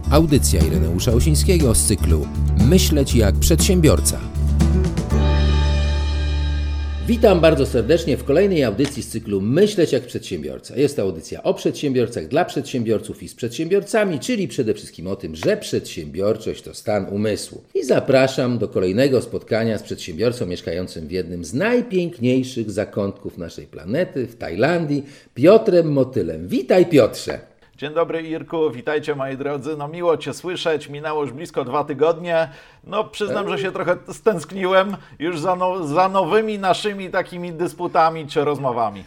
Audycja Ireneusza Osińskiego z cyklu Myśleć jak przedsiębiorca. Witam bardzo serdecznie w kolejnej audycji z cyklu Myśleć jak przedsiębiorca. Jest to audycja o przedsiębiorcach, dla przedsiębiorców i z przedsiębiorcami, czyli przede wszystkim o tym, że przedsiębiorczość to stan umysłu. I zapraszam do kolejnego spotkania z przedsiębiorcą mieszkającym w jednym z najpiękniejszych zakątków naszej planety, w Tajlandii, Piotrem Motylem. Witaj, Piotrze! Dzień dobry, Irku, witajcie moi drodzy, miło Cię słyszeć, minęło już blisko 2 tygodnie, przyznam, że się trochę stęskniłem już za nowymi naszymi takimi dysputami czy rozmowami.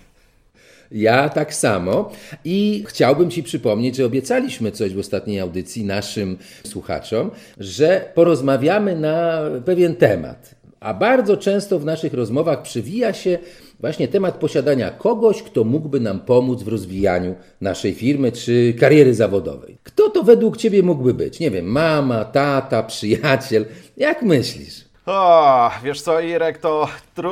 Ja tak samo i chciałbym Ci przypomnieć, że obiecaliśmy coś w ostatniej audycji naszym słuchaczom, że porozmawiamy na pewien temat, a bardzo często w naszych rozmowach przewija się właśnie temat posiadania kogoś, kto mógłby nam pomóc w rozwijaniu naszej firmy czy kariery zawodowej. Kto to według Ciebie mógłby być? Nie wiem, mama, tata, przyjaciel. Jak myślisz? Wiesz co, Irek, to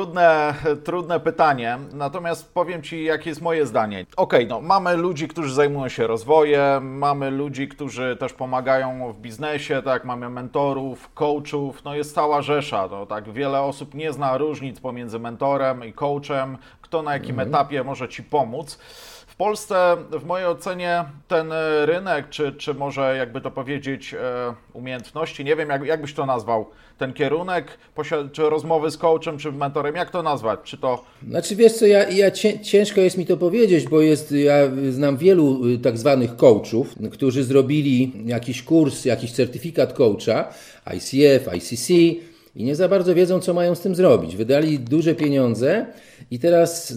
trudne pytanie, natomiast powiem Ci, jakie jest moje zdanie. Mamy ludzi, którzy zajmują się rozwojem, mamy ludzi, którzy też pomagają w biznesie, tak, mamy mentorów, coachów, jest cała rzesza, tak, wiele osób nie zna różnic pomiędzy mentorem i coachem, kto na jakim etapie może Ci pomóc. W Polsce, w mojej ocenie, ten rynek, czy może jakby to powiedzieć umiejętności, nie wiem jak byś to nazwał, ten kierunek, czy rozmowy z coachem, czy mentorem, jak to nazwać? Czy to... Znaczy wiesz co, ciężko jest mi to powiedzieć, bo ja znam wielu tak zwanych coachów, którzy zrobili jakiś kurs, jakiś certyfikat coacha, ICF, ICC, i nie za bardzo wiedzą, co mają z tym zrobić. Wydali duże pieniądze i teraz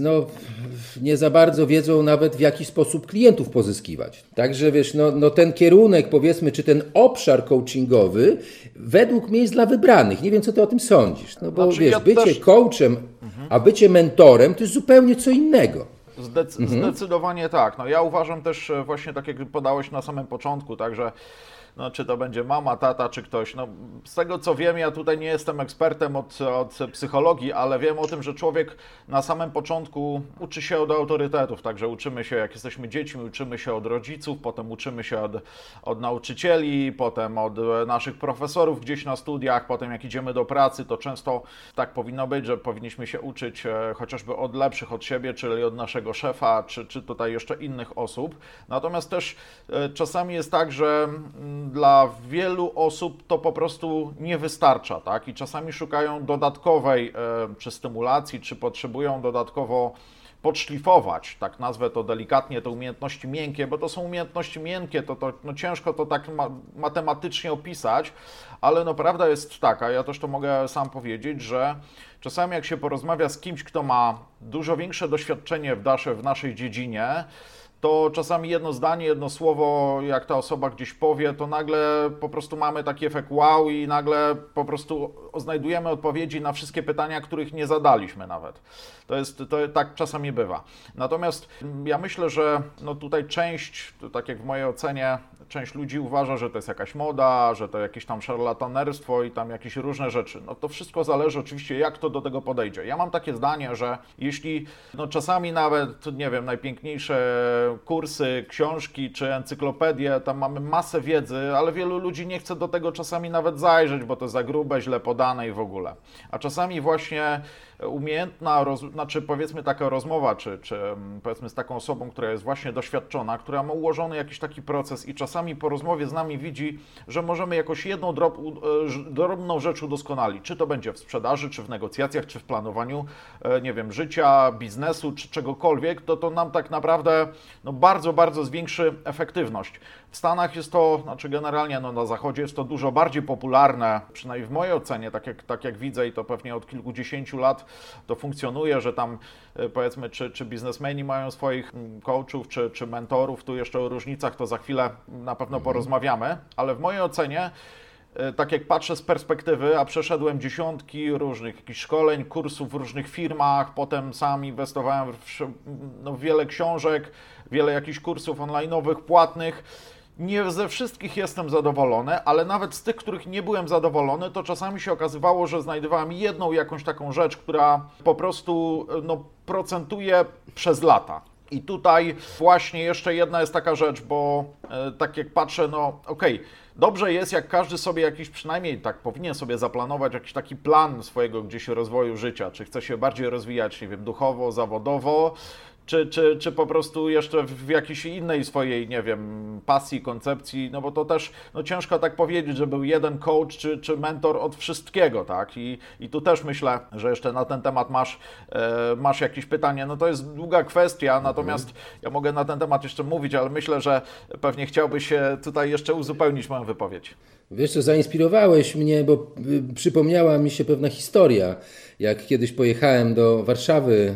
nie za bardzo wiedzą nawet, w jaki sposób klientów pozyskiwać. Także wiesz, ten kierunek, powiedzmy, czy ten obszar coachingowy według mnie jest dla wybranych. Nie wiem, co ty o tym sądzisz. Bo wiesz, bycie coachem, a bycie mentorem to jest zupełnie co innego. Zdecydowanie tak. Ja uważam też właśnie tak, jak podałeś na samym początku, także czy to będzie mama, tata, czy ktoś. Z tego co wiem, ja tutaj nie jestem ekspertem od psychologii, ale wiem o tym, że człowiek na samym początku uczy się od autorytetów, także uczymy się, jak jesteśmy dziećmi, uczymy się od rodziców, potem uczymy się od nauczycieli, potem od naszych profesorów gdzieś na studiach, potem jak idziemy do pracy, to często tak powinno być, że powinniśmy się uczyć chociażby od lepszych od siebie, czyli od naszego szefa, czy tutaj jeszcze innych osób. Natomiast też czasami jest tak, że dla wielu osób to po prostu nie wystarcza, tak? I czasami szukają dodatkowej czy stymulacji, czy potrzebują dodatkowo podszlifować, tak nazwę to delikatnie, te umiejętności miękkie, bo to są umiejętności miękkie, to ciężko to tak matematycznie opisać, ale prawda jest taka, ja też to mogę sam powiedzieć, że czasami jak się porozmawia z kimś, kto ma dużo większe doświadczenie w naszej dziedzinie, to czasami jedno zdanie, jedno słowo, jak ta osoba gdzieś powie, to nagle po prostu mamy taki efekt wow i nagle po prostu znajdujemy odpowiedzi na wszystkie pytania, których nie zadaliśmy nawet. To tak czasami bywa. Natomiast ja myślę, że tutaj tak jak w mojej ocenie, część ludzi uważa, że to jest jakaś moda, że to jakieś tam szarlatanerstwo i tam jakieś różne rzeczy. To wszystko zależy oczywiście, jak to do tego podejdzie. Ja mam takie zdanie, że jeśli czasami nawet, nie wiem, najpiękniejsze kursy, książki czy encyklopedie, tam mamy masę wiedzy, ale wielu ludzi nie chce do tego czasami nawet zajrzeć, bo to za grube, źle podane i w ogóle. A czasami właśnie umiejętna, powiedzmy taka rozmowa, czy powiedzmy z taką osobą, która jest właśnie doświadczona, która ma ułożony jakiś taki proces i czasami po rozmowie z nami widzi, że możemy jakoś jedną drobną rzecz udoskonalić. Czy to będzie w sprzedaży, czy w negocjacjach, czy w planowaniu, nie wiem, życia, biznesu, czy czegokolwiek, to nam tak naprawdę bardzo, bardzo zwiększy efektywność. W Stanach jest to, generalnie na Zachodzie jest to dużo bardziej popularne, przynajmniej w mojej ocenie, tak jak widzę i to pewnie od kilkudziesięciu lat to funkcjonuje, że tam powiedzmy, czy biznesmeni mają swoich coachów, czy mentorów, tu jeszcze o różnicach to za chwilę na pewno porozmawiamy, ale w mojej ocenie, tak jak patrzę z perspektywy, a przeszedłem dziesiątki różnych jakichś szkoleń, kursów w różnych firmach, potem sam inwestowałem w wiele książek, wiele jakichś kursów online'owych, płatnych. Nie ze wszystkich jestem zadowolony, ale nawet z tych, których nie byłem zadowolony, to czasami się okazywało, że znajdowałem jedną jakąś taką rzecz, która po prostu procentuje przez lata. I tutaj właśnie jeszcze jedna jest taka rzecz, bo tak jak patrzę, no okej, dobrze jest, jak każdy sobie jakiś, przynajmniej tak powinien sobie zaplanować jakiś taki plan swojego gdzieś rozwoju życia, czy chce się bardziej rozwijać, nie wiem, duchowo, zawodowo, czy po prostu jeszcze w jakiejś innej swojej, nie wiem, pasji, koncepcji, no bo to też no ciężko tak powiedzieć, że był jeden coach czy mentor od wszystkiego, tak? I tu też myślę, że jeszcze na ten temat masz jakieś pytanie, no to jest długa kwestia, natomiast ja mogę na ten temat jeszcze mówić, ale myślę, że pewnie chciałbyś się tutaj jeszcze uzupełnić moją wypowiedź. Wiesz co, zainspirowałeś mnie, bo przypomniała mi się pewna historia, jak kiedyś pojechałem do Warszawy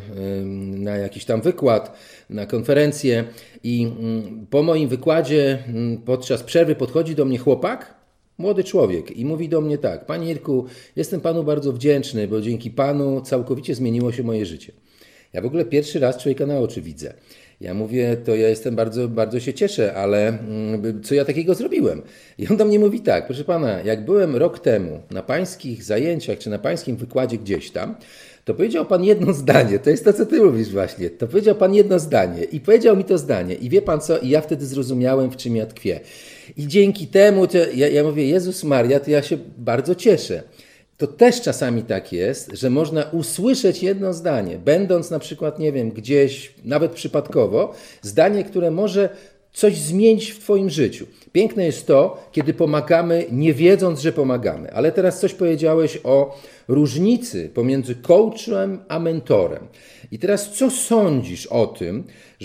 na jakiś tam wykład, na konferencję i po moim wykładzie podczas przerwy podchodzi do mnie chłopak, młody człowiek i mówi do mnie tak: Panie Irku, jestem Panu bardzo wdzięczny, bo dzięki Panu całkowicie zmieniło się moje życie. Ja w ogóle pierwszy raz człowieka na oczy widzę. Ja mówię, to ja jestem bardzo, bardzo się cieszę, ale co ja takiego zrobiłem? I on do mnie mówi tak: proszę pana, jak byłem rok temu na pańskich zajęciach, czy na pańskim wykładzie gdzieś tam, to powiedział pan jedno zdanie, to jest to, co ty mówisz właśnie, to powiedział pan jedno zdanie i powiedział mi to zdanie i wie pan co, i ja wtedy zrozumiałem, w czym ja tkwię. I dzięki temu, ja mówię, Jezus Maria, to ja się bardzo cieszę. To też czasami tak jest, że można usłyszeć jedno zdanie, będąc na przykład, nie wiem, gdzieś, nawet przypadkowo, zdanie, które może coś zmienić w twoim życiu. Piękne jest to, kiedy pomagamy, nie wiedząc, że pomagamy. Ale teraz coś powiedziałeś o różnicy pomiędzy coachem a mentorem. I teraz co sądzisz o tym,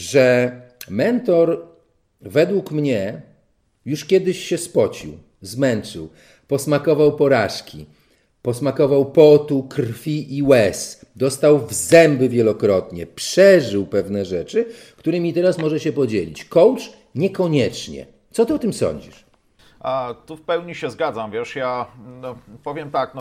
że mentor według mnie już kiedyś się spocił, zmęczył, posmakował porażki, posmakował potu, krwi i łez, dostał w zęby wielokrotnie, przeżył pewne rzeczy, którymi teraz może się podzielić. Coach niekoniecznie. Co ty o tym sądzisz? Tu w pełni się zgadzam, wiesz, ja powiem tak,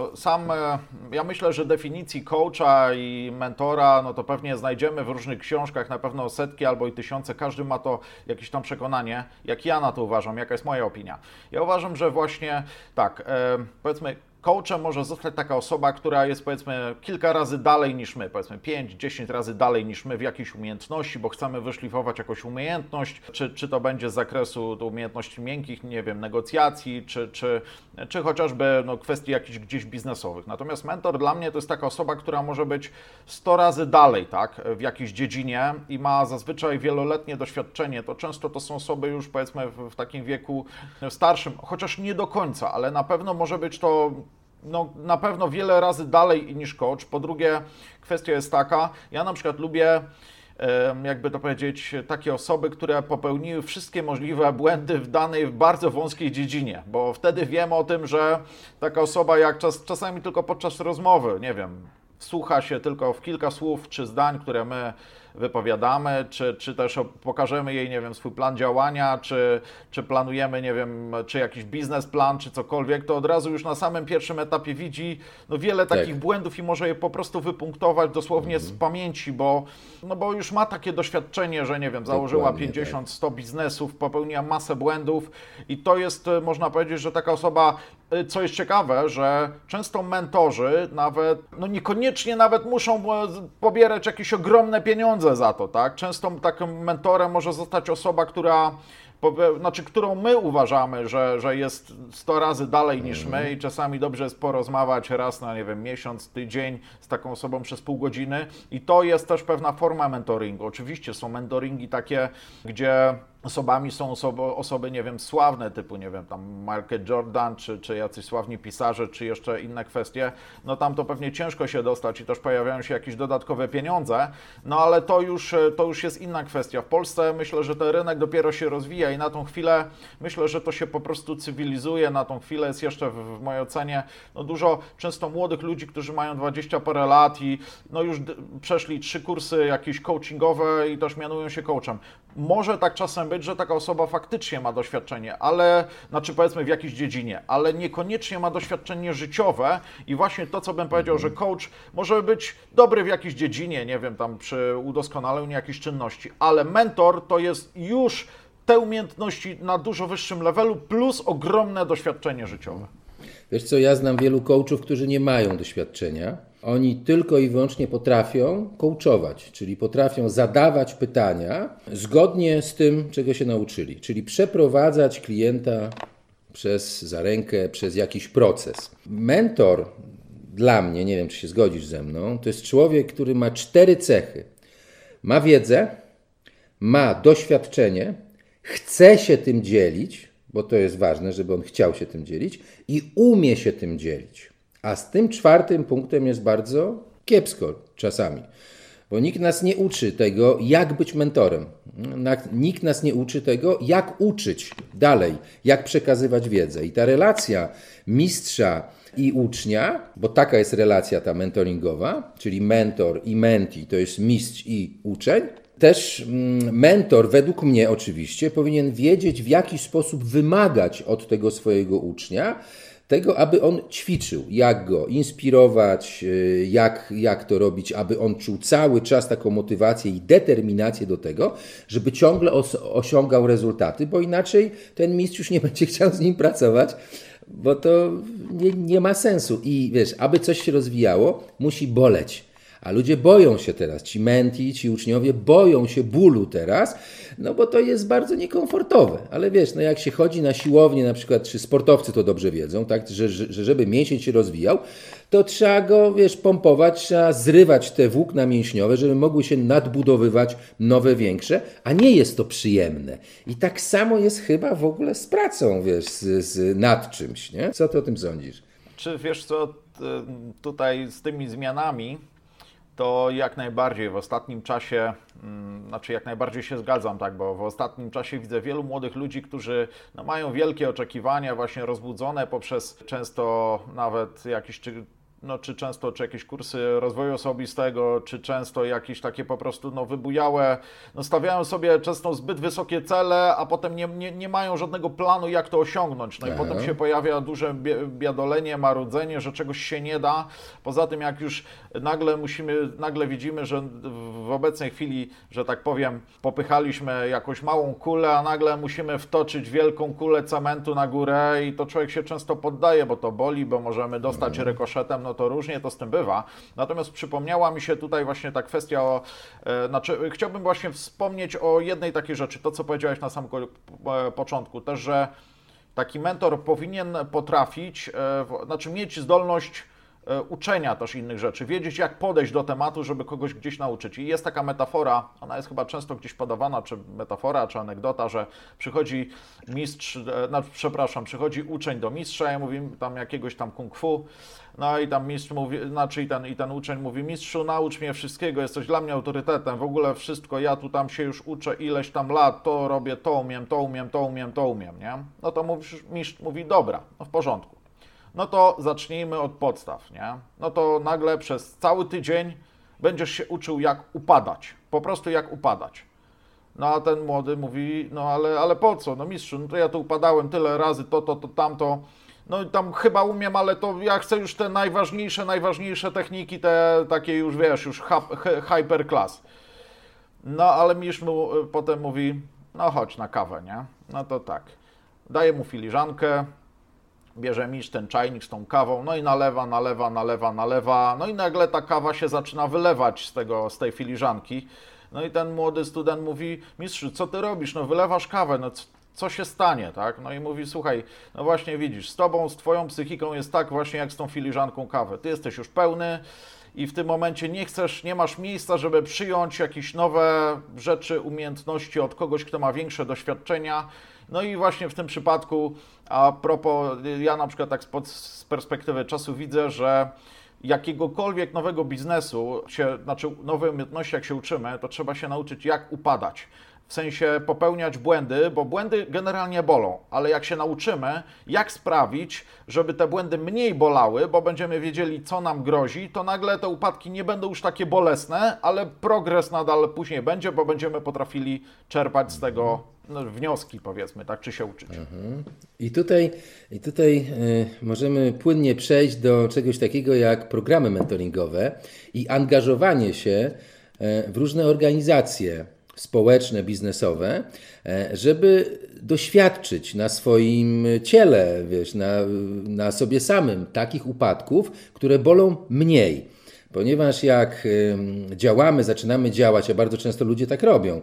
ja myślę, że definicji coacha i mentora, no to pewnie znajdziemy w różnych książkach, na pewno setki albo i tysiące, każdy ma to jakieś tam przekonanie, jak ja na to uważam, jaka jest moja opinia. Ja uważam, że właśnie tak, powiedzmy, coachem może zostać taka osoba, która jest powiedzmy kilka razy dalej niż my, powiedzmy 5-10 razy dalej niż my w jakiejś umiejętności, bo chcemy wyszlifować jakąś umiejętność, czy to będzie z zakresu umiejętności miękkich, nie wiem, negocjacji, czy chociażby kwestii jakichś gdzieś biznesowych. Natomiast mentor dla mnie to jest taka osoba, która może być 100 razy dalej, tak, w jakiejś dziedzinie i ma zazwyczaj wieloletnie doświadczenie. To często to są osoby już powiedzmy w takim wieku starszym, chociaż nie do końca, ale na pewno może być to na pewno wiele razy dalej niż coach. Po drugie, kwestia jest taka, ja na przykład lubię, jakby to powiedzieć, takie osoby, które popełniły wszystkie możliwe błędy w danej bardzo wąskiej dziedzinie, bo wtedy wiem o tym, że taka osoba jak czasami tylko podczas rozmowy, nie wiem, wsłucha się tylko w kilka słów czy zdań, które my wypowiadamy, czy też pokażemy jej, nie wiem, swój plan działania, czy planujemy, nie wiem, czy jakiś biznesplan, czy cokolwiek, to od razu już na samym pierwszym etapie widzi wiele takich błędów i może je po prostu wypunktować dosłownie z pamięci, bo już ma takie doświadczenie, że nie wiem, założyła 50-100 biznesów, popełniła masę błędów i to jest, można powiedzieć, że taka osoba, co jest ciekawe, że często mentorzy nawet, niekoniecznie nawet muszą pobierać jakieś ogromne pieniądze za to, tak? Często takim mentorem może zostać osoba, którą my uważamy, że jest 100 razy dalej niż my i czasami dobrze jest porozmawiać raz na, nie wiem, miesiąc, tydzień z taką osobą przez pół godziny i to jest też pewna forma mentoringu. Oczywiście są mentoringi takie, gdzie osobami są osoby, nie wiem, sławne, typu, nie wiem, tam Michael Jordan, czy jacyś sławni pisarze, czy jeszcze inne kwestie, tam to pewnie ciężko się dostać i też pojawiają się jakieś dodatkowe pieniądze, ale to już jest inna kwestia. W Polsce myślę, że ten rynek dopiero się rozwija i na tą chwilę myślę, że to się po prostu cywilizuje, na tą chwilę jest jeszcze w mojej ocenie dużo często młodych ludzi, którzy mają 20 parę lat i już przeszli 3 kursy jakieś coachingowe i też mianują się coachem. Może tak czasem być, że taka osoba faktycznie ma doświadczenie, powiedzmy w jakiejś dziedzinie, ale niekoniecznie ma doświadczenie życiowe i właśnie to, co bym powiedział, że coach może być dobry w jakiejś dziedzinie, nie wiem, tam przy udoskonaleniu jakichś czynności, ale mentor to jest już te umiejętności na dużo wyższym levelu plus ogromne doświadczenie życiowe. Wiesz co, ja znam wielu coachów, którzy nie mają doświadczenia Oni tylko i wyłącznie potrafią coachować, czyli potrafią zadawać pytania zgodnie z tym, czego się nauczyli, czyli przeprowadzać klienta za rękę, przez jakiś proces. Mentor dla mnie, nie wiem, czy się zgodzisz ze mną, to jest człowiek, który ma 4 cechy. Ma wiedzę, ma doświadczenie, chce się tym dzielić, bo to jest ważne, żeby on chciał się tym dzielić i umie się tym dzielić. A z tym 4. punktem jest bardzo kiepsko czasami, bo nikt nas nie uczy tego, jak być mentorem. Nikt nas nie uczy tego, jak uczyć dalej, jak przekazywać wiedzę. I ta relacja mistrza i ucznia, bo taka jest relacja ta mentoringowa, czyli mentor i mentee to jest mistrz i uczeń. Też mentor, według mnie oczywiście, powinien wiedzieć, w jaki sposób wymagać od tego swojego ucznia, tego, aby on ćwiczył, jak go inspirować, jak to robić, aby on czuł cały czas taką motywację i determinację do tego, żeby ciągle osiągał rezultaty, bo inaczej ten mistrz już nie będzie chciał z nim pracować, bo to nie ma sensu. I wiesz, aby coś się rozwijało, musi boleć. A ludzie boją się teraz, ci mentee, ci uczniowie boją się bólu teraz, no bo to jest bardzo niekomfortowe. Ale wiesz, no jak się chodzi na siłownię na przykład, czy sportowcy to dobrze wiedzą, tak, że żeby mięsień się rozwijał, to trzeba go, wiesz, pompować, trzeba zrywać te włókna mięśniowe, żeby mogły się nadbudowywać nowe, większe, a nie jest to przyjemne. I tak samo jest chyba w ogóle z pracą, wiesz, nad czymś, nie? Co ty o tym sądzisz? Czy wiesz co, tutaj z tymi zmianami, to jak najbardziej w ostatnim czasie, jak najbardziej się zgadzam, tak, bo w ostatnim czasie widzę wielu młodych ludzi, którzy mają wielkie oczekiwania właśnie rozbudzone poprzez często nawet jakieś czy jakieś kursy rozwoju osobistego, czy często jakieś takie po prostu wybujałe, stawiają sobie często zbyt wysokie cele, a potem nie mają żadnego planu, jak to osiągnąć. I potem się pojawia duże biadolenie, marudzenie, że czegoś się nie da. Poza tym, jak już nagle widzimy, że w obecnej chwili, że tak powiem, popychaliśmy jakąś małą kulę, a nagle musimy wtoczyć wielką kulę cementu na górę i to człowiek się często poddaje, bo to boli, bo możemy dostać rykoszetem, to różnie to z tym bywa. Natomiast przypomniała mi się tutaj właśnie ta kwestia chciałbym właśnie wspomnieć o jednej takiej rzeczy, to co powiedziałeś na samym początku, też, że taki mentor powinien potrafić, mieć zdolność uczenia też innych rzeczy, wiedzieć jak podejść do tematu, żeby kogoś gdzieś nauczyć. I jest taka metafora, ona jest chyba często gdzieś podawana, czy metafora, czy anegdota, że przychodzi przychodzi uczeń do mistrza i mówi tam jakiegoś tam kung fu, i tam mistrz mówi, i ten uczeń mówi: mistrzu, naucz mnie wszystkiego, jesteś dla mnie autorytetem, w ogóle wszystko, ja tu tam się już uczę ileś tam lat, to robię, to umiem, nie? No to mistrz mówi: dobra, w porządku. No to zacznijmy od podstaw, nie? No to nagle przez cały tydzień będziesz się uczył jak upadać, po prostu jak upadać. No a ten młody mówi: no ale po co? No mistrzu, to ja tu upadałem tyle razy, to, tamto. No i tam chyba umiem, ale to ja chcę już te najważniejsze techniki, te takie już, wiesz, już hyper class. No ale mistrz mu potem mówi: no chodź na kawę, nie? No to tak, daje mu filiżankę, bierze mistrz ten czajnik z tą kawą, no i nalewa, no i nagle ta kawa się zaczyna wylewać z tej filiżanki. No i ten młody student mówi: mistrzu, co ty robisz? No wylewasz kawę, no co się stanie, tak? No i mówi: słuchaj, no właśnie widzisz, z twoją psychiką jest tak właśnie jak z tą filiżanką kawy. Ty jesteś już pełny i w tym momencie nie masz miejsca, żeby przyjąć jakieś nowe rzeczy, umiejętności od kogoś, kto ma większe doświadczenia. No i właśnie w tym przypadku, a propos, ja na przykład tak z perspektywy czasu widzę, że jakiegokolwiek nowego biznesu, nowej umiejętności jak się uczymy, to trzeba się nauczyć jak upadać. W sensie popełniać błędy, bo błędy generalnie bolą, ale jak się nauczymy, jak sprawić, żeby te błędy mniej bolały, bo będziemy wiedzieli, co nam grozi, to nagle te upadki nie będą już takie bolesne, ale progres nadal później będzie, bo będziemy potrafili czerpać z tego wnioski, powiedzmy, tak, czy się uczyć. I tutaj możemy płynnie przejść do czegoś takiego jak programy mentoringowe i angażowanie się w różne organizacje społeczne, biznesowe, żeby doświadczyć na swoim ciele, wiesz, na sobie samym takich upadków, które bolą mniej. Ponieważ jak działamy, zaczynamy działać, a bardzo często ludzie tak robią,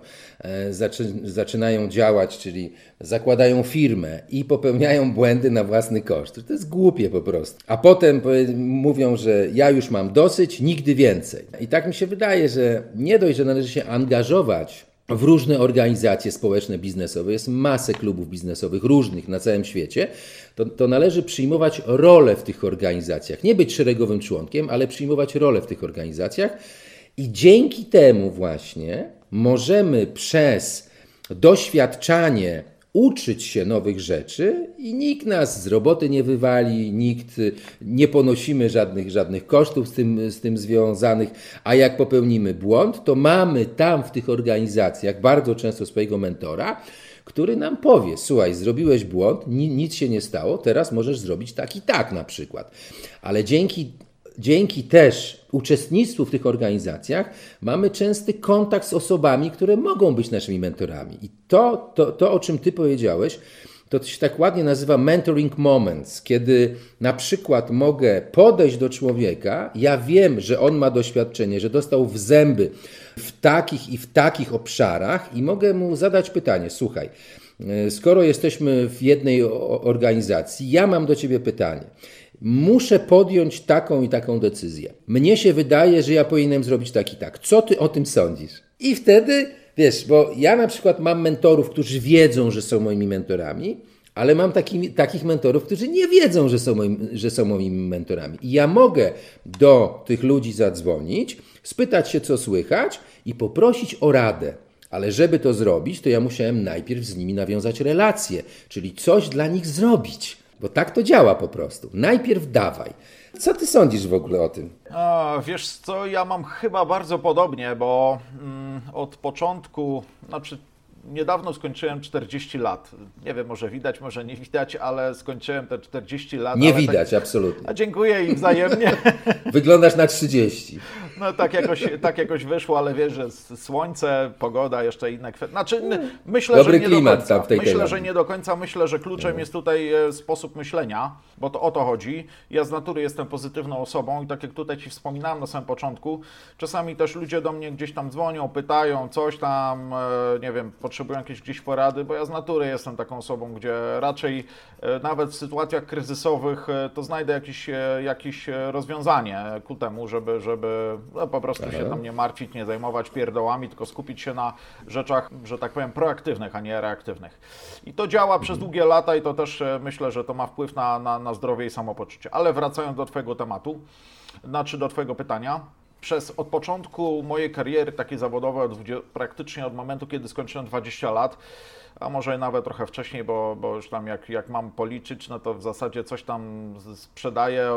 zaczynają działać, czyli zakładają firmę i popełniają błędy na własny koszt. To jest głupie po prostu. A potem mówią, że ja już mam dosyć, nigdy więcej. I tak mi się wydaje, że nie dość, że należy się angażować w różne organizacje społeczne, biznesowe, jest masę klubów biznesowych różnych na całym świecie, to należy przyjmować rolę w tych organizacjach. Nie być szeregowym członkiem, ale przyjmować rolę w tych organizacjach i dzięki temu właśnie możemy przez doświadczanie uczyć się nowych rzeczy i nikt nas z roboty nie wywali, nie ponosimy żadnych kosztów z tym związanych, a jak popełnimy błąd, to mamy tam w tych organizacjach bardzo często swojego mentora, który nam powie, słuchaj, zrobiłeś błąd, nic się nie stało, teraz możesz zrobić tak i tak na przykład. Ale dzięki też uczestnictwu w tych organizacjach mamy częsty kontakt z osobami, które mogą być naszymi mentorami. I to o czym Ty powiedziałeś, to się tak ładnie nazywa mentoring moments, kiedy na przykład mogę podejść do człowieka, ja wiem, że on ma doświadczenie, że dostał w zęby w takich i w takich obszarach i mogę mu zadać pytanie, słuchaj, skoro jesteśmy w jednej organizacji, ja mam do Ciebie pytanie. Muszę podjąć taką i taką decyzję. Mnie się wydaje, że ja powinienem zrobić tak i tak. Co Ty o tym sądzisz? I wtedy, wiesz, bo ja na przykład mam mentorów, którzy wiedzą, że są moimi mentorami, ale mam takich mentorów, którzy nie wiedzą, że są moimi mentorami. I ja mogę do tych ludzi zadzwonić, spytać się, co słychać i poprosić o radę. Ale żeby to zrobić, to ja musiałem najpierw z nimi nawiązać relacje, czyli coś dla nich zrobić. Bo tak to działa po prostu. Najpierw dawaj. Co ty sądzisz w ogóle o tym? Wiesz co, ja mam chyba bardzo podobnie, bo od początku, niedawno skończyłem 40 lat. Nie wiem, może widać, może nie widać, ale skończyłem te 40 lat. Nie widać, absolutnie. A dziękuję i wzajemnie. Wyglądasz na 30. No tak jakoś wyszło, ale wiesz, że słońce, pogoda, jeszcze inne kwestie. Myślę, dobry że nie klimat do końca. tam w tej Myślę, że nie do końca. Myślę, że kluczem jest tutaj sposób myślenia, bo to o to chodzi. Ja z natury jestem pozytywną osobą i tak jak tutaj Ci wspominałem na samym początku, czasami też ludzie do mnie gdzieś tam dzwonią, pytają coś tam, nie wiem, potrzebują jakieś gdzieś porady, bo ja z natury jestem taką osobą, gdzie raczej nawet w sytuacjach kryzysowych to znajdę jakieś rozwiązanie ku temu, żeby po prostu się tam nie martwić, nie zajmować pierdołami, tylko skupić się na rzeczach, że tak powiem, proaktywnych, a nie reaktywnych. I to działa przez długie lata i to też myślę, że to ma wpływ na zdrowie i samopoczucie. Ale wracając do Twojego tematu, do Twojego pytania, od początku mojej kariery takiej zawodowej, praktycznie od momentu, kiedy skończyłem 20 lat, a może nawet trochę wcześniej, bo już tam jak mam policzyć, no to w zasadzie coś tam sprzedaję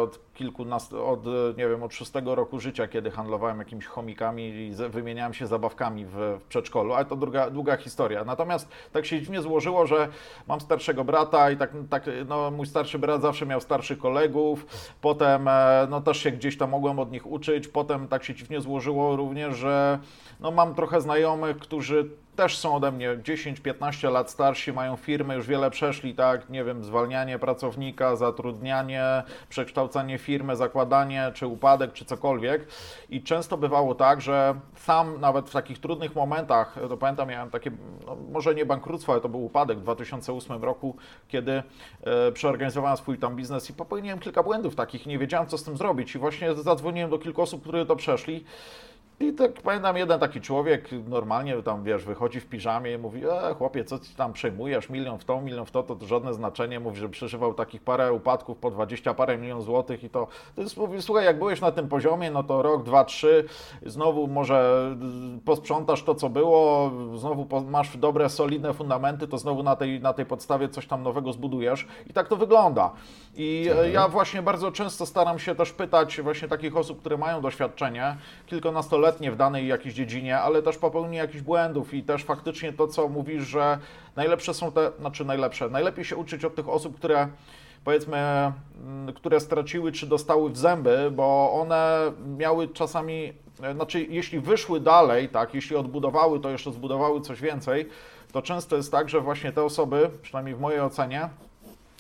od 6 roku życia, kiedy handlowałem jakimiś chomikami i wymieniałem się zabawkami w przedszkolu, ale to długa historia. Natomiast tak się dziwnie złożyło, że mam starszego brata i mój starszy brat zawsze miał starszych kolegów, potem też się gdzieś tam mogłem od nich uczyć, potem tak się dziwnie złożyło również, że mam trochę znajomych, którzy też są ode mnie 10-15 lat starsi, mają firmy, już wiele przeszli, tak, nie wiem, zwalnianie pracownika, zatrudnianie, przekształcanie firmy, zakładanie, czy upadek, czy cokolwiek. I często bywało tak, że sam nawet w takich trudnych momentach, to pamiętam, miałem takie, może nie bankructwo, ale to był upadek w 2008 roku, kiedy przeorganizowałem swój tam biznes i popełniłem kilka błędów takich, nie wiedziałem, co z tym zrobić. I właśnie zadzwoniłem do kilku osób, które to przeszli. I tak pamiętam, jeden taki człowiek normalnie tam, wiesz, wychodzi w piżamie i mówi, chłopie, co ci tam przejmujesz, milion w to żadne znaczenie, mówi, że przeżywał takich parę upadków po 20 parę milionów złotych i to jest, mówi, słuchaj, jak byłeś na tym poziomie, no to rok, 2, 3, znowu może posprzątasz to, co było, znowu masz dobre, solidne fundamenty, to znowu na tej podstawie coś tam nowego zbudujesz i tak to wygląda. I ja właśnie bardzo często staram się też pytać właśnie takich osób, które mają doświadczenie, kilkunastoletnie w danej jakiejś dziedzinie, ale też popełnienie jakichś błędów i też faktycznie to, co mówisz, że najlepsze są najlepiej się uczyć od tych osób, które powiedzmy, które straciły czy dostały w zęby, bo one miały czasami, jeśli wyszły dalej, tak, jeśli odbudowały, to jeszcze zbudowały coś więcej, to często jest tak, że właśnie te osoby, przynajmniej w mojej ocenie,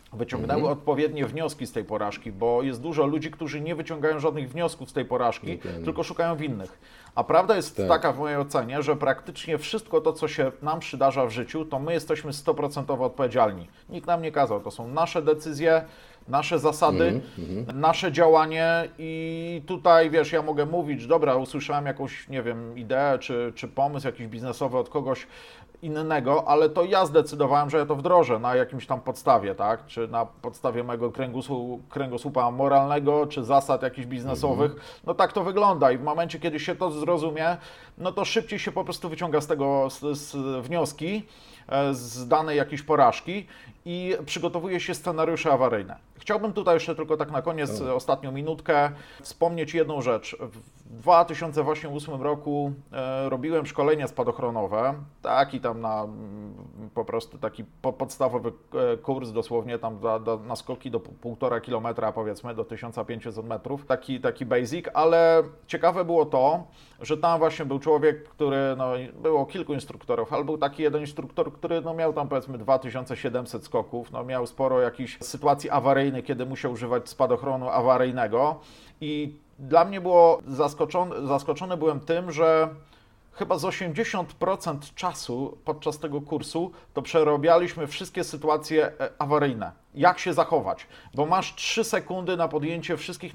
wyciągnęły odpowiednie wnioski z tej porażki, bo jest dużo ludzi, którzy nie wyciągają żadnych wniosków z tej porażki, tylko szukają winnych. A prawda jest taka w mojej ocenie, że praktycznie wszystko to, co się nam przydarza w życiu, to my jesteśmy 100% odpowiedzialni. Nikt nam nie kazał, to są nasze decyzje, nasze zasady, nasze działanie i tutaj, wiesz, ja mogę mówić, dobra, usłyszałem jakąś, nie wiem, ideę czy pomysł jakiś biznesowy od kogoś innego, ale to ja zdecydowałem, że ja to wdrożę na jakimś tam podstawie, tak? Czy na podstawie mojego kręgosłupa moralnego, czy zasad jakichś biznesowych. No tak to wygląda i w momencie, kiedy się to zrozumie, no to szybciej się po prostu wyciąga z tego wnioski z danej jakiejś porażki i przygotowuje się scenariusze awaryjne. Chciałbym tutaj jeszcze tylko tak na koniec, ostatnią minutkę, wspomnieć jedną rzecz. W 2008 roku robiłem szkolenie spadochronowe, taki tam po prostu taki podstawowy kurs, dosłownie tam na skoki do 1,5 kilometra, powiedzmy, do 1500 metrów, taki basic, ale ciekawe było to, że tam właśnie był człowiek, który, no było kilku instruktorów, ale był taki jeden instruktor, który no miał tam powiedzmy 2700 skoków, no miał sporo jakichś sytuacji awaryjnych, kiedy musiał używać spadochronu awaryjnego i dla mnie było zaskoczony byłem tym, że chyba z 80% czasu podczas tego kursu to przerabialiśmy wszystkie sytuacje awaryjne. Jak się zachować? Bo masz 3 sekundy na podjęcie wszystkich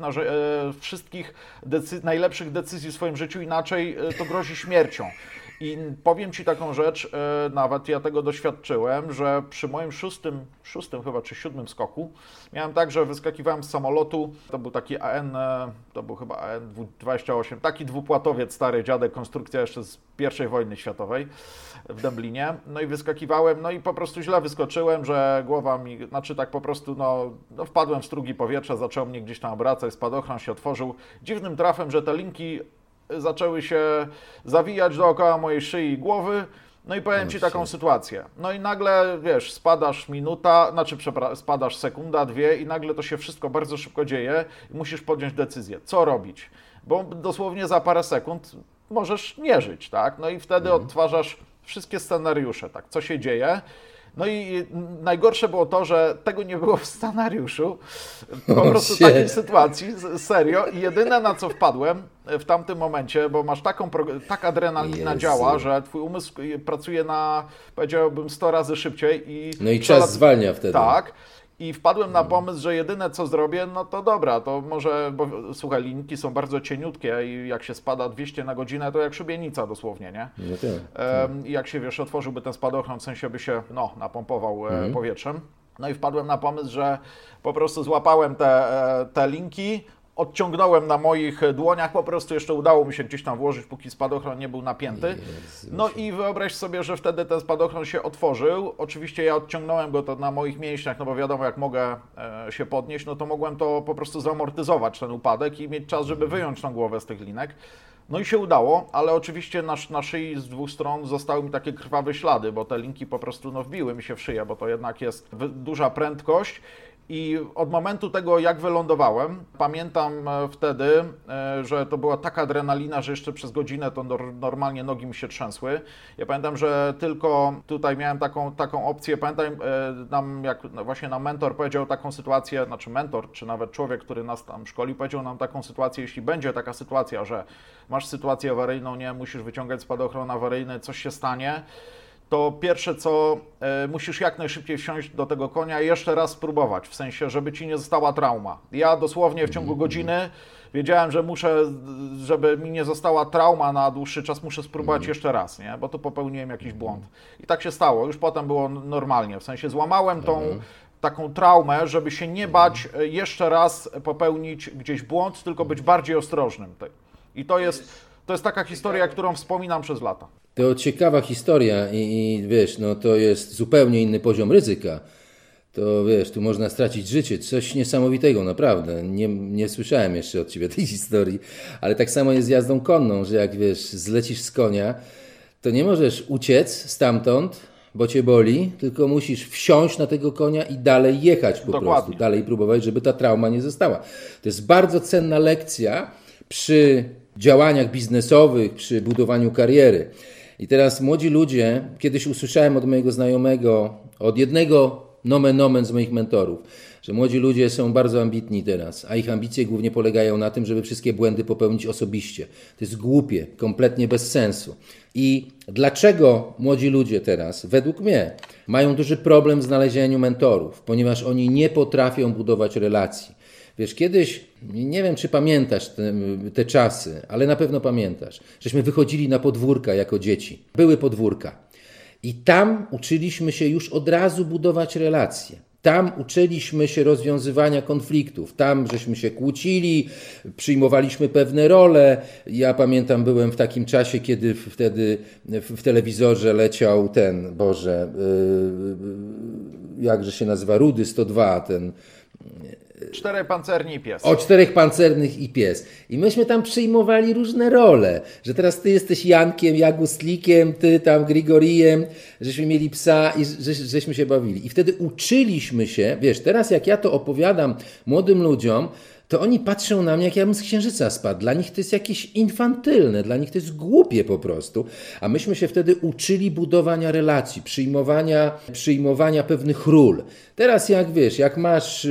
najlepszych decyzji w swoim życiu, inaczej to grozi śmiercią. I powiem Ci taką rzecz, nawet ja tego doświadczyłem, że przy moim szóstym chyba czy 7 skoku miałem tak, że wyskakiwałem z samolotu, to był taki to był chyba AN-28, taki dwupłatowiec, stary dziadek, konstrukcja jeszcze z I wojny światowej w Dęblinie, no i wyskakiwałem, no i po prostu źle wyskoczyłem, że głowa mi, znaczy tak po prostu, no wpadłem w strugi powietrza, zaczął mnie gdzieś tam obracać, spadochron się otworzył, dziwnym trafem, że te linki zaczęły się zawijać dookoła mojej szyi i głowy. No i powiem Ci taką sytuację. No i nagle, wiesz, spadasz sekunda, 2 i nagle to się wszystko bardzo szybko dzieje i musisz podjąć decyzję, co robić. Bo dosłownie za parę sekund możesz nie żyć, tak? No i wtedy odtwarzasz wszystkie scenariusze, tak? Co się dzieje. No i najgorsze było to, że tego nie było w scenariuszu, po prostu takiej sytuacji, serio. I jedyne na co wpadłem w tamtym momencie, bo masz tak adrenalina działa, że twój umysł pracuje powiedziałbym 100 razy szybciej. No i czas zwalnia wtedy. Tak. I wpadłem na pomysł, że jedyne co zrobię, no to dobra, to może, bo słuchaj, linki są bardzo cieniutkie i jak się spada 200 na godzinę, to jak szubienica dosłownie, nie? No tak. I jak się, wiesz, otworzyłby ten spadochron, w sensie by się, napompował powietrzem. No i wpadłem na pomysł, że po prostu złapałem te linki, odciągnąłem na moich dłoniach, po prostu jeszcze udało mi się gdzieś tam włożyć, póki spadochron nie był napięty. No i wyobraź sobie, że wtedy ten spadochron się otworzył. Oczywiście ja odciągnąłem go to na moich mięśniach, no bo wiadomo, jak mogę się podnieść, no to mogłem to po prostu zamortyzować, ten upadek i mieć czas, żeby wyjąć tą głowę z tych linek. No i się udało, ale oczywiście na szyi z 2 stron zostały mi takie krwawe ślady, bo te linki po prostu wbiły mi się w szyję, bo to jednak jest duża prędkość. I od momentu tego, jak wylądowałem, pamiętam wtedy, że to była taka adrenalina, że jeszcze przez godzinę to normalnie nogi mi się trzęsły. Ja pamiętam, że tylko tutaj miałem taką opcję, pamiętam, jak właśnie nam mentor powiedział taką sytuację, znaczy mentor, czy nawet człowiek, który nas tam szkolił, powiedział nam taką sytuację, jeśli będzie taka sytuacja, że masz sytuację awaryjną, nie, musisz wyciągać spadochron awaryjny, coś się stanie, to pierwsze co, musisz jak najszybciej wsiąść do tego konia i jeszcze raz spróbować, w sensie, żeby Ci nie została trauma. Ja dosłownie w ciągu godziny wiedziałem, że żeby mi nie została trauma na dłuższy czas, muszę spróbować jeszcze raz, nie? Bo tu popełniłem jakiś błąd. I tak się stało, już potem było normalnie, w sensie złamałem tą taką traumę, żeby się nie bać jeszcze raz popełnić gdzieś błąd, tylko być bardziej ostrożnym. I to jest taka historia, którą wspominam przez lata. To ciekawa historia i wiesz, no to jest zupełnie inny poziom ryzyka. To wiesz, tu można stracić życie, coś niesamowitego, naprawdę. Nie słyszałem jeszcze od Ciebie tej historii, ale tak samo jest z jazdą konną, że jak wiesz, zlecisz z konia, to nie możesz uciec stamtąd, bo Cię boli, tylko musisz wsiąść na tego konia i dalej jechać po prostu, dalej próbować, żeby ta trauma nie została. To jest bardzo cenna lekcja przy działaniach biznesowych, przy budowaniu kariery. I teraz młodzi ludzie, kiedyś usłyszałem od mojego znajomego, od jednego nomen omen z moich mentorów, że młodzi ludzie są bardzo ambitni teraz, a ich ambicje głównie polegają na tym, żeby wszystkie błędy popełnić osobiście. To jest głupie, kompletnie bez sensu. I dlaczego młodzi ludzie teraz, według mnie, mają duży problem w znalezieniu mentorów? Ponieważ oni nie potrafią budować relacji. Wiesz, kiedyś, nie wiem czy pamiętasz te czasy, ale na pewno pamiętasz, żeśmy wychodzili na podwórka jako dzieci. Były podwórka. I tam uczyliśmy się już od razu budować relacje. Tam uczyliśmy się rozwiązywania konfliktów. Tam żeśmy się kłócili, przyjmowaliśmy pewne role. Ja pamiętam, byłem w takim czasie, kiedy wtedy w telewizorze leciał jakże się nazywa, Rudy 102, ten... 4 pancerni i pies. O 4 pancernych i pies. I myśmy tam przyjmowali różne role, że teraz ty jesteś Jankiem, ja Gustlikiem, ty tam Grigorijem, żeśmy mieli psa i żeśmy się bawili. I wtedy uczyliśmy się, wiesz, teraz jak ja to opowiadam młodym ludziom, to oni patrzą na mnie, jak ja bym z księżyca spadł. Dla nich to jest jakieś infantylne, dla nich to jest głupie po prostu. A myśmy się wtedy uczyli budowania relacji, przyjmowania pewnych ról. Teraz jak wiesz, jak masz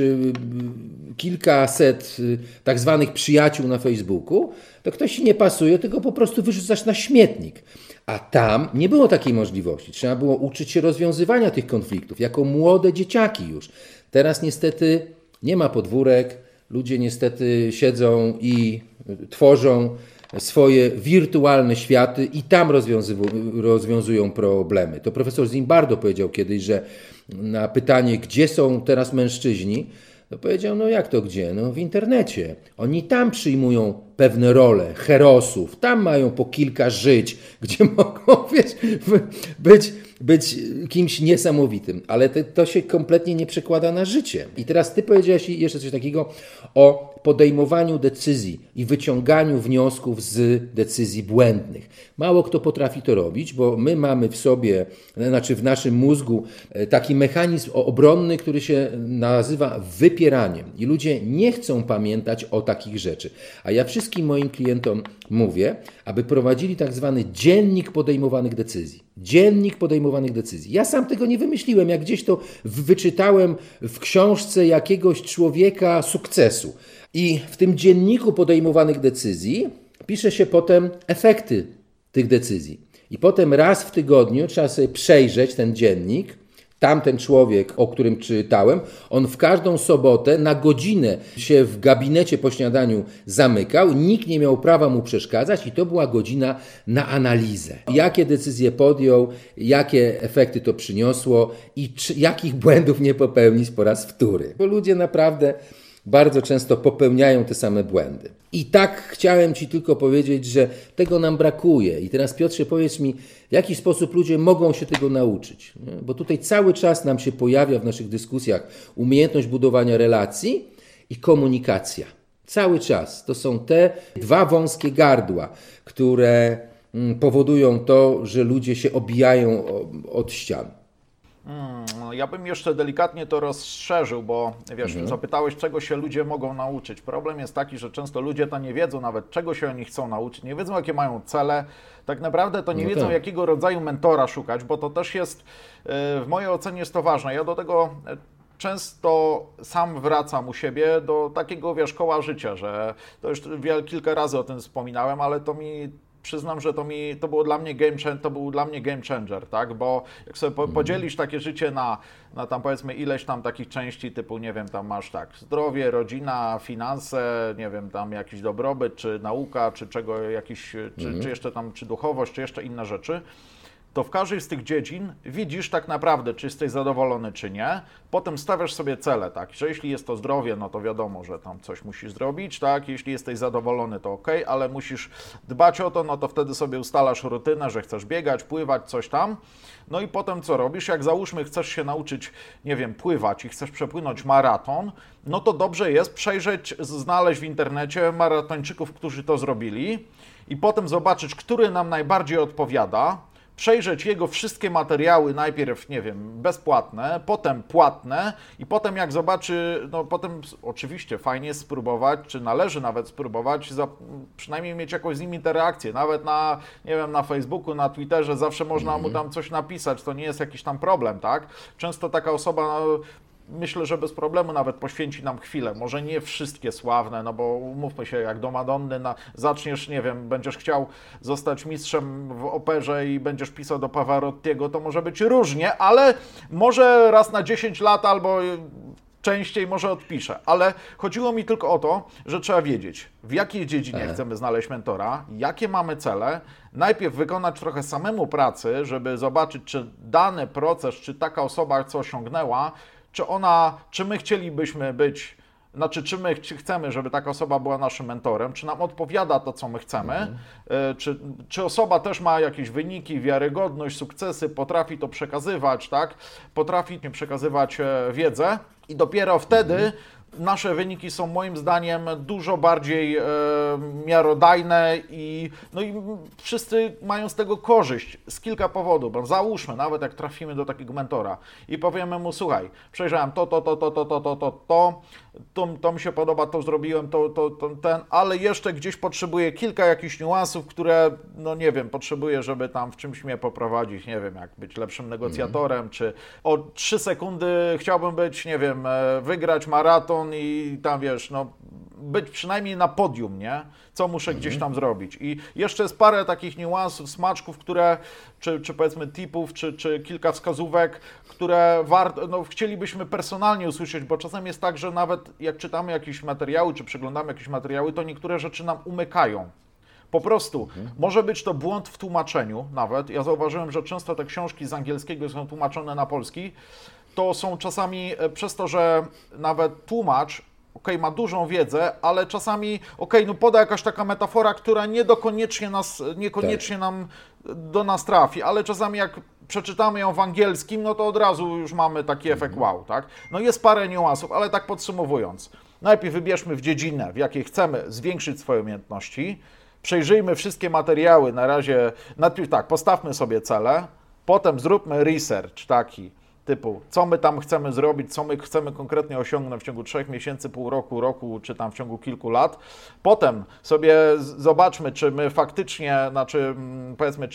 kilkaset tak zwanych przyjaciół na Facebooku, to ktoś ci nie pasuje, ty go po prostu wyrzucasz na śmietnik. A tam nie było takiej możliwości. Trzeba było uczyć się rozwiązywania tych konfliktów, jako młode dzieciaki już. Teraz niestety nie ma podwórek, ludzie niestety siedzą i tworzą swoje wirtualne światy i tam rozwiązują problemy. To profesor Zimbardo powiedział kiedyś, że na pytanie, gdzie są teraz mężczyźni, to powiedział, no jak to gdzie? No w internecie. Oni tam przyjmują pewne role herosów, tam mają po kilka żyć, gdzie mogą, wiesz, być kimś niesamowitym, ale to się kompletnie nie przekłada na życie. I teraz ty powiedziałeś jeszcze coś takiego o podejmowaniu decyzji i wyciąganiu wniosków z decyzji błędnych. Mało kto potrafi to robić, bo my mamy w sobie, znaczy w naszym mózgu taki mechanizm obronny, który się nazywa wypieraniem i ludzie nie chcą pamiętać o takich rzeczy. A ja wszystkim moim klientom mówię, aby prowadzili tak zwany dziennik podejmowanych decyzji. Dziennik podejmowanych decyzji. Ja sam tego nie wymyśliłem, jak gdzieś to wyczytałem w książce jakiegoś człowieka sukcesu. I w tym dzienniku podejmowanych decyzji pisze się potem efekty tych decyzji. I potem raz w tygodniu trzeba sobie przejrzeć ten dziennik. Tamten człowiek, o którym czytałem, on w każdą sobotę na godzinę się w gabinecie po śniadaniu zamykał, nikt nie miał prawa mu przeszkadzać i to była godzina na analizę. Jakie decyzje podjął, jakie efekty to przyniosło i jakich błędów nie popełnić po raz wtóry. Bo ludzie naprawdę bardzo często popełniają te same błędy. I tak chciałem Ci tylko powiedzieć, że tego nam brakuje. I teraz Piotrze, powiedz mi, w jaki sposób ludzie mogą się tego nauczyć? Bo tutaj cały czas nam się pojawia w naszych dyskusjach umiejętność budowania relacji i komunikacja. Cały czas. To są te dwa wąskie gardła, które powodują to, że ludzie się obijają od ścian. Ja bym jeszcze delikatnie to rozszerzył, bo wiesz, zapytałeś, czego się ludzie mogą nauczyć. Problem jest taki, że często ludzie to nie wiedzą nawet, czego się oni chcą nauczyć, nie wiedzą, jakie mają cele, tak naprawdę to nie wiedzą, jakiego rodzaju mentora szukać, bo to też jest, w mojej ocenie jest to ważne. Ja do tego często sam wracam u siebie do takiego, wiesz, koła życia, że to już kilka razy o tym wspominałem, ale przyznam, że to był dla mnie game changer, tak? Bo jak sobie podzielisz takie życie na tam powiedzmy ileś tam takich części typu, nie wiem, tam masz tak, zdrowie, rodzina, finanse, nie wiem, tam jakiś dobrobyt, czy nauka, czy czego jakiś, czy jeszcze tam, czy duchowość, czy jeszcze inne rzeczy, to w każdej z tych dziedzin widzisz tak naprawdę, czy jesteś zadowolony, czy nie. Potem stawiasz sobie cele, tak, że jeśli jest to zdrowie, no to wiadomo, że tam coś musisz zrobić, tak, jeśli jesteś zadowolony, to ok, ale musisz dbać o to, no to wtedy sobie ustalasz rutynę, że chcesz biegać, pływać, coś tam. No i potem co robisz? Jak załóżmy chcesz się nauczyć, nie wiem, pływać i chcesz przepłynąć maraton, no to dobrze jest przejrzeć, znaleźć w internecie maratończyków, którzy to zrobili i potem zobaczyć, który nam najbardziej odpowiada, przejrzeć jego wszystkie materiały, najpierw, nie wiem, bezpłatne, potem płatne i potem jak zobaczy, no potem oczywiście fajnie jest spróbować, czy należy nawet spróbować, przynajmniej mieć jakąś z nim interakcję, nawet na, nie wiem, na Facebooku, na Twitterze, zawsze można mu tam coś napisać, to nie jest jakiś tam problem, tak? Często taka osoba, no, myślę, że bez problemu nawet poświęci nam chwilę. Może nie wszystkie sławne, no bo umówmy się, jak do Madonny zaczniesz, nie wiem, będziesz chciał zostać mistrzem w operze i będziesz pisał do Pavarottiego, to może być różnie, ale może raz na 10 lat albo częściej może odpiszę. Ale chodziło mi tylko o to, że trzeba wiedzieć, w jakiej dziedzinie chcemy znaleźć mentora, jakie mamy cele, najpierw wykonać trochę samemu pracy, żeby zobaczyć, czy dany proces, czy taka osoba, co osiągnęła, czy my chcielibyśmy być, znaczy czy my chcemy, żeby taka osoba była naszym mentorem, czy nam odpowiada to, co my chcemy, czy osoba też ma jakieś wyniki, wiarygodność, sukcesy, potrafi to przekazywać, tak? Potrafi przekazywać wiedzę i dopiero wtedy nasze wyniki są moim zdaniem dużo bardziej miarodajne i wszyscy mają z tego korzyść z kilka powodów, bo załóżmy, nawet jak trafimy do takiego mentora i powiemy mu, słuchaj, przejrzałem to mi się podoba, to zrobiłem, ale jeszcze gdzieś potrzebuję kilka jakichś niuansów, które, no nie wiem, potrzebuję, żeby tam w czymś mnie poprowadzić, nie wiem, jak być lepszym negocjatorem, czy o 3 sekundy chciałbym być, nie wiem, wygrać maraton i tam, wiesz, no być przynajmniej na podium, nie? Co muszę gdzieś tam zrobić. I jeszcze jest parę takich niuansów, smaczków, które, czy powiedzmy tipów, czy kilka wskazówek, które chcielibyśmy personalnie usłyszeć, bo czasem jest tak, że nawet jak czytamy jakieś materiały, czy przeglądamy jakieś materiały, to niektóre rzeczy nam umykają. Po prostu może być to błąd w tłumaczeniu nawet. Ja zauważyłem, że często te książki z angielskiego są tłumaczone na polski. To są czasami przez to, że nawet tłumacz ma dużą wiedzę, ale czasami poda jakaś taka metafora, która niekoniecznie nam do nas trafi, ale czasami jak przeczytamy ją w angielskim, no to od razu już mamy taki efekt wow, tak? No jest parę niuansów, ale tak podsumowując, najpierw wybierzmy w dziedzinę, w jakiej chcemy zwiększyć swoje umiejętności, przejrzyjmy wszystkie materiały, na razie, najpierw tak, postawmy sobie cele, potem zróbmy research taki, typu, co my tam chcemy zrobić, co my chcemy konkretnie osiągnąć w ciągu 3 miesięcy, pół roku, czy tam w ciągu kilku lat. Potem sobie zobaczmy, czy my faktycznie, powiedzmy,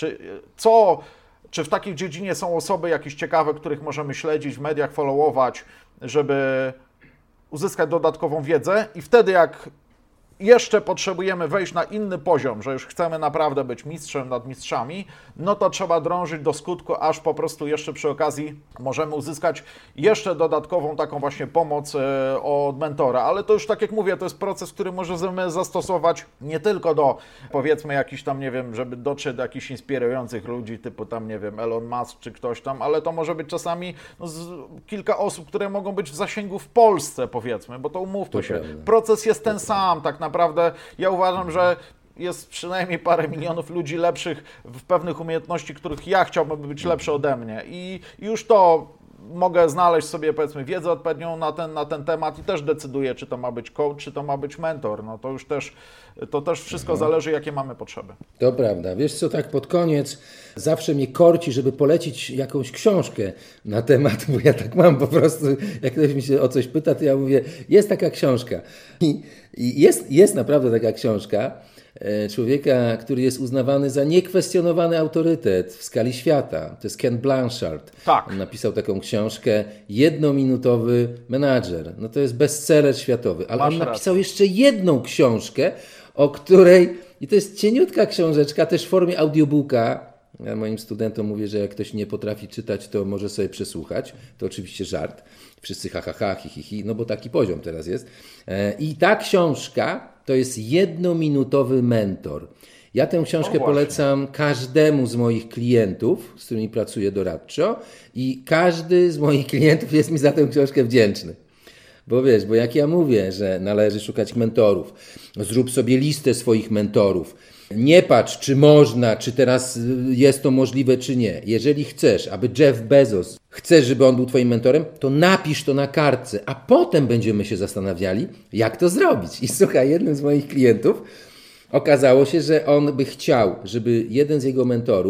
czy w takiej dziedzinie są osoby jakieś ciekawe, których możemy śledzić, w mediach followować, żeby uzyskać dodatkową wiedzę i wtedy jak jeszcze potrzebujemy wejść na inny poziom, że już chcemy naprawdę być mistrzem nad mistrzami, no to trzeba drążyć do skutku, aż po prostu jeszcze przy okazji możemy uzyskać jeszcze dodatkową taką właśnie pomoc od mentora. Ale to już tak jak mówię, to jest proces, który możemy zastosować nie tylko do, powiedzmy, jakichś tam, nie wiem, żeby dotrzeć do jakichś inspirujących ludzi, typu tam, nie wiem, Elon Musk czy ktoś tam, ale to może być czasami kilka osób, które mogą być w zasięgu w Polsce, powiedzmy, bo to umówmy się. Proces jest ten sam, tak naprawdę. Ja uważam, że jest przynajmniej parę milionów ludzi lepszych w pewnych umiejętności, których ja chciałbym być lepszy ode mnie i już to mogę znaleźć sobie, powiedzmy, wiedzę odpowiednią na ten temat i też decyduję, czy to ma być coach, czy to ma być mentor. No to już też wszystko zależy, jakie mamy potrzeby. To prawda. Wiesz co, tak pod koniec zawsze mnie korci, żeby polecić jakąś książkę na temat, bo ja tak mam po prostu, jak ktoś mi się o coś pyta, to ja mówię, jest taka książka. I jest naprawdę taka książka człowieka, który jest uznawany za niekwestionowany autorytet w skali świata. To jest Ken Blanchard. Tak. On napisał taką książkę Jednominutowy menadżer. No to jest bestseller światowy. Ale on napisał jeszcze jedną książkę, o której, i to jest cieniutka książeczka, też w formie audiobooka. Ja moim studentom mówię, że jak ktoś nie potrafi czytać, to może sobie przesłuchać. To oczywiście żart. Wszyscy hi, no bo taki poziom teraz jest. I ta książka to jest Jednominutowy mentor. Ja tę książkę polecam każdemu z moich klientów, z którymi pracuję doradczo i każdy z moich klientów jest mi za tę książkę wdzięczny. Bo wiesz, bo jak ja mówię, że należy szukać mentorów, zrób sobie listę swoich mentorów, nie patrz, czy można, czy teraz jest to możliwe, czy nie. Jeżeli chcesz, aby Jeff Bezos, chcesz, żeby on był twoim mentorem, to napisz to na kartce, a potem będziemy się zastanawiali, jak to zrobić. I słuchaj, jednym z moich klientów okazało się, że on by chciał, żeby jeden z jego mentorów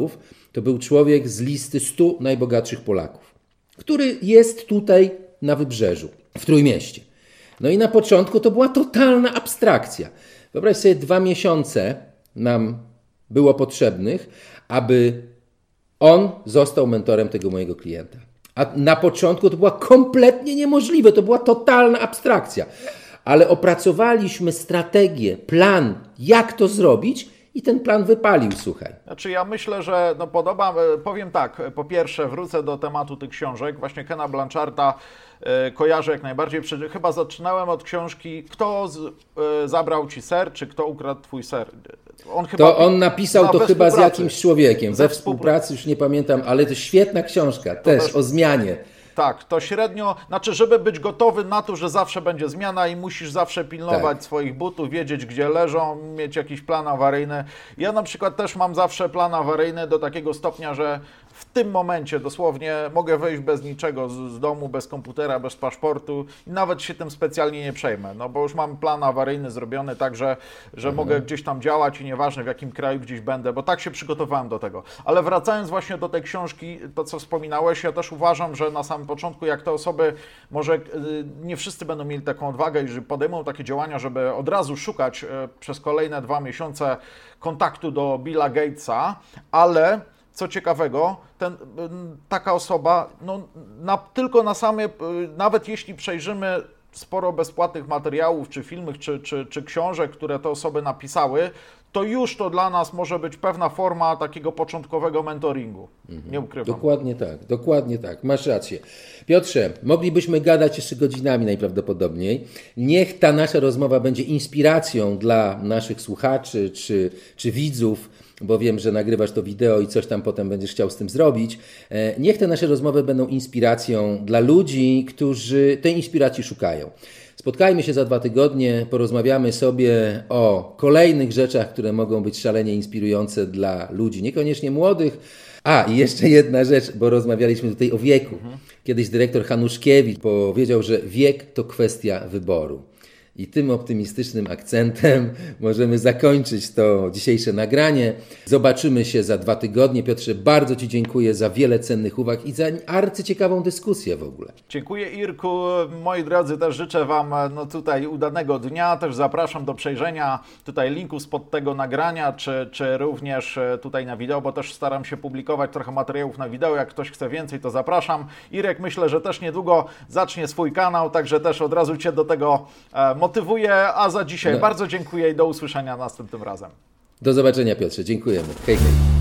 To był człowiek z listy 100 najbogatszych Polaków, który jest tutaj na Wybrzeżu, w Trójmieście. No i na początku to była totalna abstrakcja. Wyobraź sobie, 2 miesiące nam było potrzebnych, aby on został mentorem tego mojego klienta. A na początku to była kompletnie niemożliwe, to była totalna abstrakcja. Ale opracowaliśmy strategię, plan, jak to zrobić i ten plan wypalił, słuchaj. Znaczy ja myślę, że powiem tak, po pierwsze wrócę do tematu tych książek, właśnie Kena Blancharda kojarzę jak najbardziej, chyba zaczynałem od książki Kto zabrał Ci ser, czy Kto ukradł Twój ser. On napisał to chyba z jakimś człowiekiem, we współpracy, już nie pamiętam, ale to świetna książka, też o zmianie. Tak, to średnio, żeby być gotowy na to, że zawsze będzie zmiana i musisz zawsze pilnować swoich butów, wiedzieć gdzie leżą, mieć jakiś plan awaryjny. Ja na przykład też mam zawsze plan awaryjny do takiego stopnia, że w tym momencie dosłownie mogę wyjść bez niczego z domu, bez komputera, bez paszportu i nawet się tym specjalnie nie przejmę, bo już mam plan awaryjny zrobiony tak, że mogę gdzieś tam działać i nieważne w jakim kraju gdzieś będę, bo tak się przygotowałem do tego. Ale wracając właśnie do tej książki, to co wspominałeś, ja też uważam, że na samym początku, jak te osoby, może nie wszyscy będą mieli taką odwagę i że podejmą takie działania, żeby od razu szukać przez kolejne 2 miesiące kontaktu do Billa Gatesa, ale co ciekawego, taka osoba, tylko na same, nawet jeśli przejrzymy sporo bezpłatnych materiałów, czy filmów, czy książek, które te osoby napisały, to już to dla nas może być pewna forma takiego początkowego mentoringu. Nie ukrywam. Dokładnie tak, masz rację. Piotrze, moglibyśmy gadać jeszcze godzinami najprawdopodobniej. Niech ta nasza rozmowa będzie inspiracją dla naszych słuchaczy czy widzów, bo wiem, że nagrywasz to wideo i coś tam potem będziesz chciał z tym zrobić. Niech te nasze rozmowy będą inspiracją dla ludzi, którzy tej inspiracji szukają. Spotkajmy się za 2 tygodnie, porozmawiamy sobie o kolejnych rzeczach, które mogą być szalenie inspirujące dla ludzi, niekoniecznie młodych. I jeszcze jedna rzecz, bo rozmawialiśmy tutaj o wieku. Kiedyś dyrektor Hanuszkiewicz powiedział, że wiek to kwestia wyboru. I tym optymistycznym akcentem możemy zakończyć to dzisiejsze nagranie. Zobaczymy się za 2 tygodnie. Piotrze, bardzo Ci dziękuję za wiele cennych uwag i za arcyciekawą dyskusję w ogóle. Dziękuję, Irku. Moi drodzy, też życzę Wam tutaj udanego dnia. Też zapraszam do przejrzenia tutaj linku spod tego nagrania, czy również tutaj na wideo, bo też staram się publikować trochę materiałów na wideo. Jak ktoś chce więcej, to zapraszam. Irek, myślę, że też niedługo zacznie swój kanał, także też od razu Cię do tego motywuję, a za dzisiaj bardzo dziękuję i do usłyszenia następnym razem. Do zobaczenia, Piotrze. Dziękujemy. Hej, hej.